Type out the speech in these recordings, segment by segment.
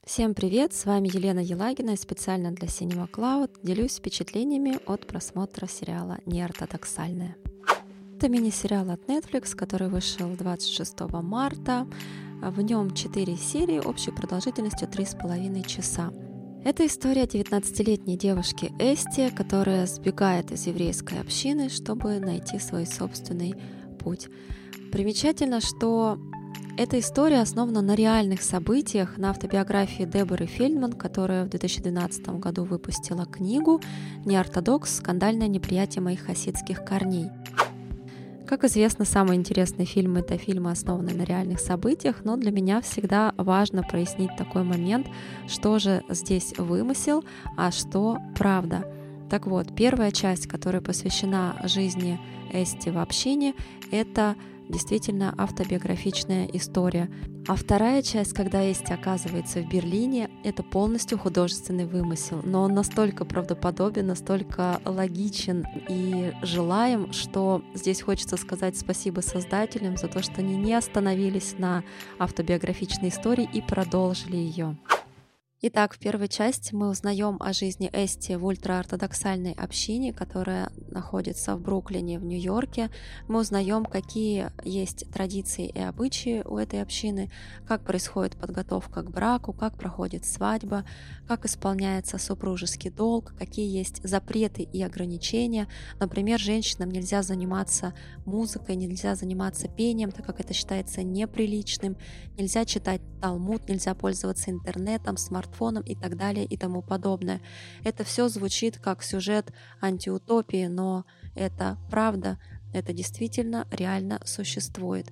Всем привет! С вами Елена Елагина и специально для Cinema Cloud делюсь впечатлениями от просмотра сериала «Неортодоксальная». Это мини-сериал от Netflix, который вышел 26 марта. В нем 4 серии общей продолжительностью 3,5 часа. Это история 19-летней девушки Эсти, которая сбегает из еврейской общины, чтобы найти свой собственный путь. Примечательно, что эта история основана на реальных событиях, на автобиографии Деборы Фельдман, которая в 2012 году выпустила книгу «Неортодокс. Скандальное неприятие моих хасидских корней». Как известно, самые интересные фильмы — это фильмы, основанные на реальных событиях, но для меня всегда важно прояснить такой момент, что же здесь вымысел, а что правда. Так вот, первая часть, которая посвящена жизни Эсти в общине, это действительно автобиографичная история. А вторая часть, когда Эсти оказывается в Берлине, это полностью художественный вымысел. Но он настолько правдоподобен, настолько логичен и желаем, что здесь хочется сказать спасибо создателям за то, что они не остановились на автобиографичной истории и продолжили ее. Итак, в первой части мы узнаем о жизни Эсти в ультраортодоксальной общине, которая находится в Бруклине, в Нью-Йорке. Мы узнаем, какие есть традиции и обычаи у этой общины, как происходит подготовка к браку, как проходит свадьба, как исполняется супружеский долг, какие есть запреты и ограничения. Например, женщинам нельзя заниматься музыкой, нельзя заниматься пением, так как это считается неприличным, нельзя читать Талмуд, нельзя пользоваться интернетом, смартфоном и так далее и тому подобное. Это все звучит как сюжет антиутопии, но это правда, это действительно реально существует.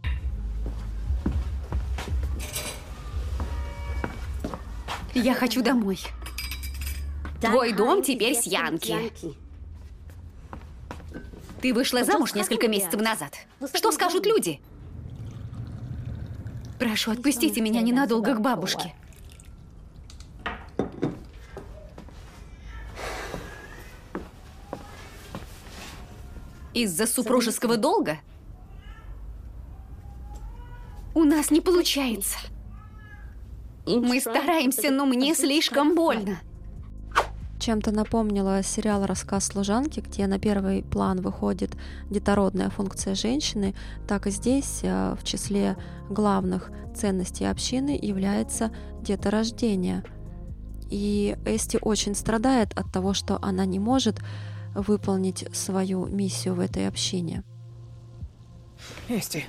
Я хочу домой. Твой дом теперь с Янки. Ты вышла замуж несколько месяцев назад. Что скажут люди? Прошу, отпустите меня ненадолго к бабушке. Из-за супружеского долга? У нас не получается. Мы стараемся, но мне слишком больно. Чем-то напомнила сериал «Рассказ служанки», где на первый план выходит детородная функция женщины, так и здесь в числе главных ценностей общины является деторождение. И Эсти очень страдает от того, что она не может выполнить свою миссию в этой общине. Эсти,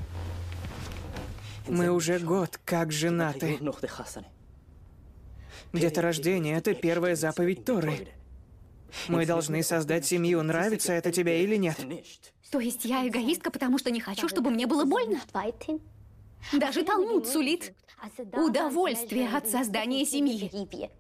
мы уже год как женаты. Деторождение — это первая заповедь Торы. Мы должны создать семью, нравится это тебе или нет? То есть я эгоистка, потому что не хочу, чтобы мне было больно? Даже Талмуд сулит удовольствие от создания семьи.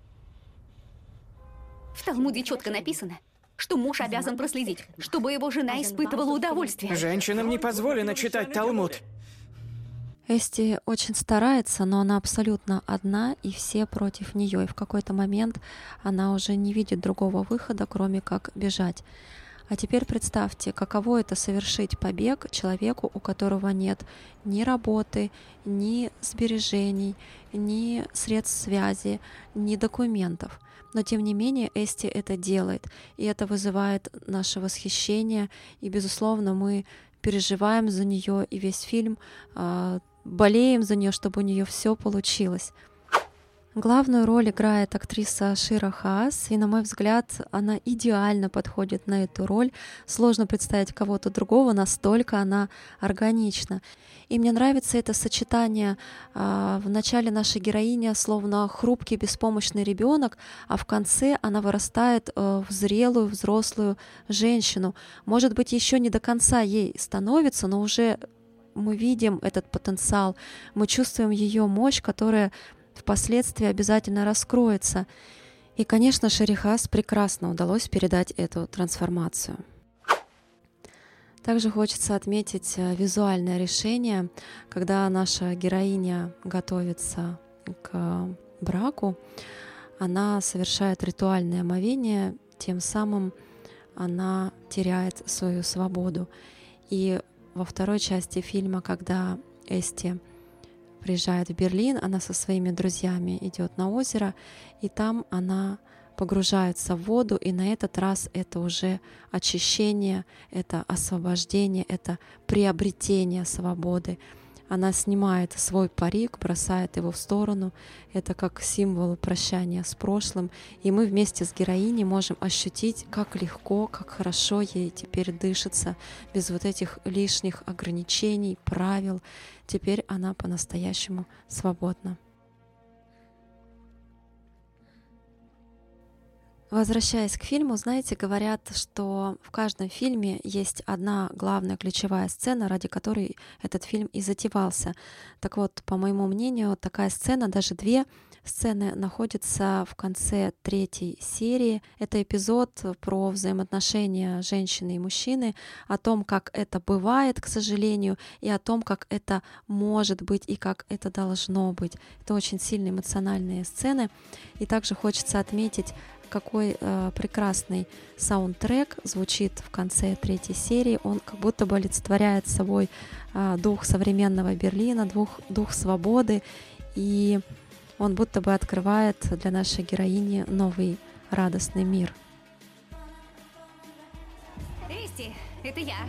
В Талмуде четко написано, что муж обязан проследить, чтобы его жена испытывала удовольствие. Женщинам не позволено читать Талмуд. Эсти очень старается, но она абсолютно одна, и все против нее. И в какой-то момент она уже не видит другого выхода, кроме как бежать. А теперь представьте, каково это совершить побег человеку, у которого нет ни работы, ни сбережений, ни средств связи, ни документов. Но тем не менее Эсти это делает, и это вызывает наше восхищение, и, безусловно, мы переживаем за нее, и весь фильм болеем за нее, чтобы у нее все получилось. Главную роль играет актриса Шира Хаас, и, на мой взгляд, она идеально подходит на эту роль. Сложно представить кого-то другого, настолько она органична. И мне нравится это сочетание. В начале наша героиня словно хрупкий, беспомощный ребенок, а в конце она вырастает в зрелую, взрослую женщину. Может быть, еще не до конца ей становится, но уже мы видим этот потенциал, мы чувствуем ее мощь, которая впоследствии обязательно раскроется. И, конечно, Шире Хаас прекрасно удалось передать эту трансформацию. Также хочется отметить визуальное решение, когда наша героиня готовится к браку, она совершает ритуальное омовение, тем самым она теряет свою свободу. И во второй части фильма, когда Эсти приезжает в Берлин, она со своими друзьями идет на озеро, и там она погружается в воду, и на этот раз это уже очищение, это освобождение, это приобретение свободы. Она снимает свой парик, бросает его в сторону. Это как символ прощания с прошлым. И мы вместе с героиней можем ощутить, как легко, как хорошо ей теперь дышится, без вот этих лишних ограничений, правил. Теперь она по-настоящему свободна. Возвращаясь к фильму, знаете, говорят, что в каждом фильме есть одна главная ключевая сцена, ради которой этот фильм и затевался. Так вот, по моему мнению, такая сцена, даже две сцены, находятся в конце 3-й серии. Это эпизод про взаимоотношения женщины и мужчины, о том, как это бывает, к сожалению, и о том, как это может быть и как это должно быть. Это очень сильные эмоциональные сцены. И также хочется отметить, какой прекрасный саундтрек звучит в конце 3-й серии. Он как будто бы олицетворяет собой дух современного Берлина, дух свободы, и он будто бы открывает для нашей героини новый радостный мир. Эсти, это я.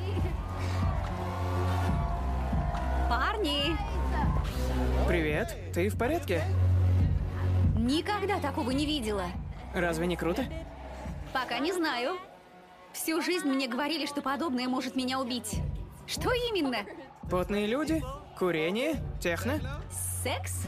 Парни! Привет, ты в порядке? Никогда такого не видела. Разве не круто? Пока не знаю. Всю жизнь мне говорили, что подобное может меня убить. Что именно? Потные люди, курение, техно. Секс?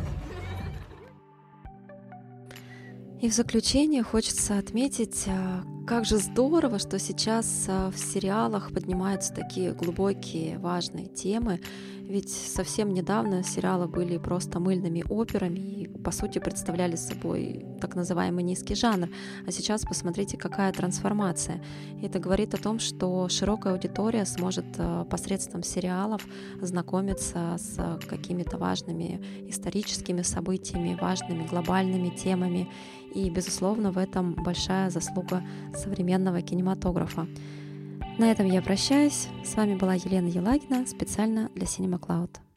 И в заключение хочется отметить, как же здорово, что сейчас в сериалах поднимаются такие глубокие, важные темы. Ведь совсем недавно сериалы были просто мыльными операми и, по сути, представляли собой так называемый низкий жанр. А сейчас посмотрите, какая трансформация. И это говорит о том, что широкая аудитория сможет посредством сериалов знакомиться с какими-то важными историческими событиями, важными глобальными темами. И, безусловно, в этом большая заслуга современного кинематографа. На этом я прощаюсь. С вами была Елена Елагина, специально для Cinema Cloud.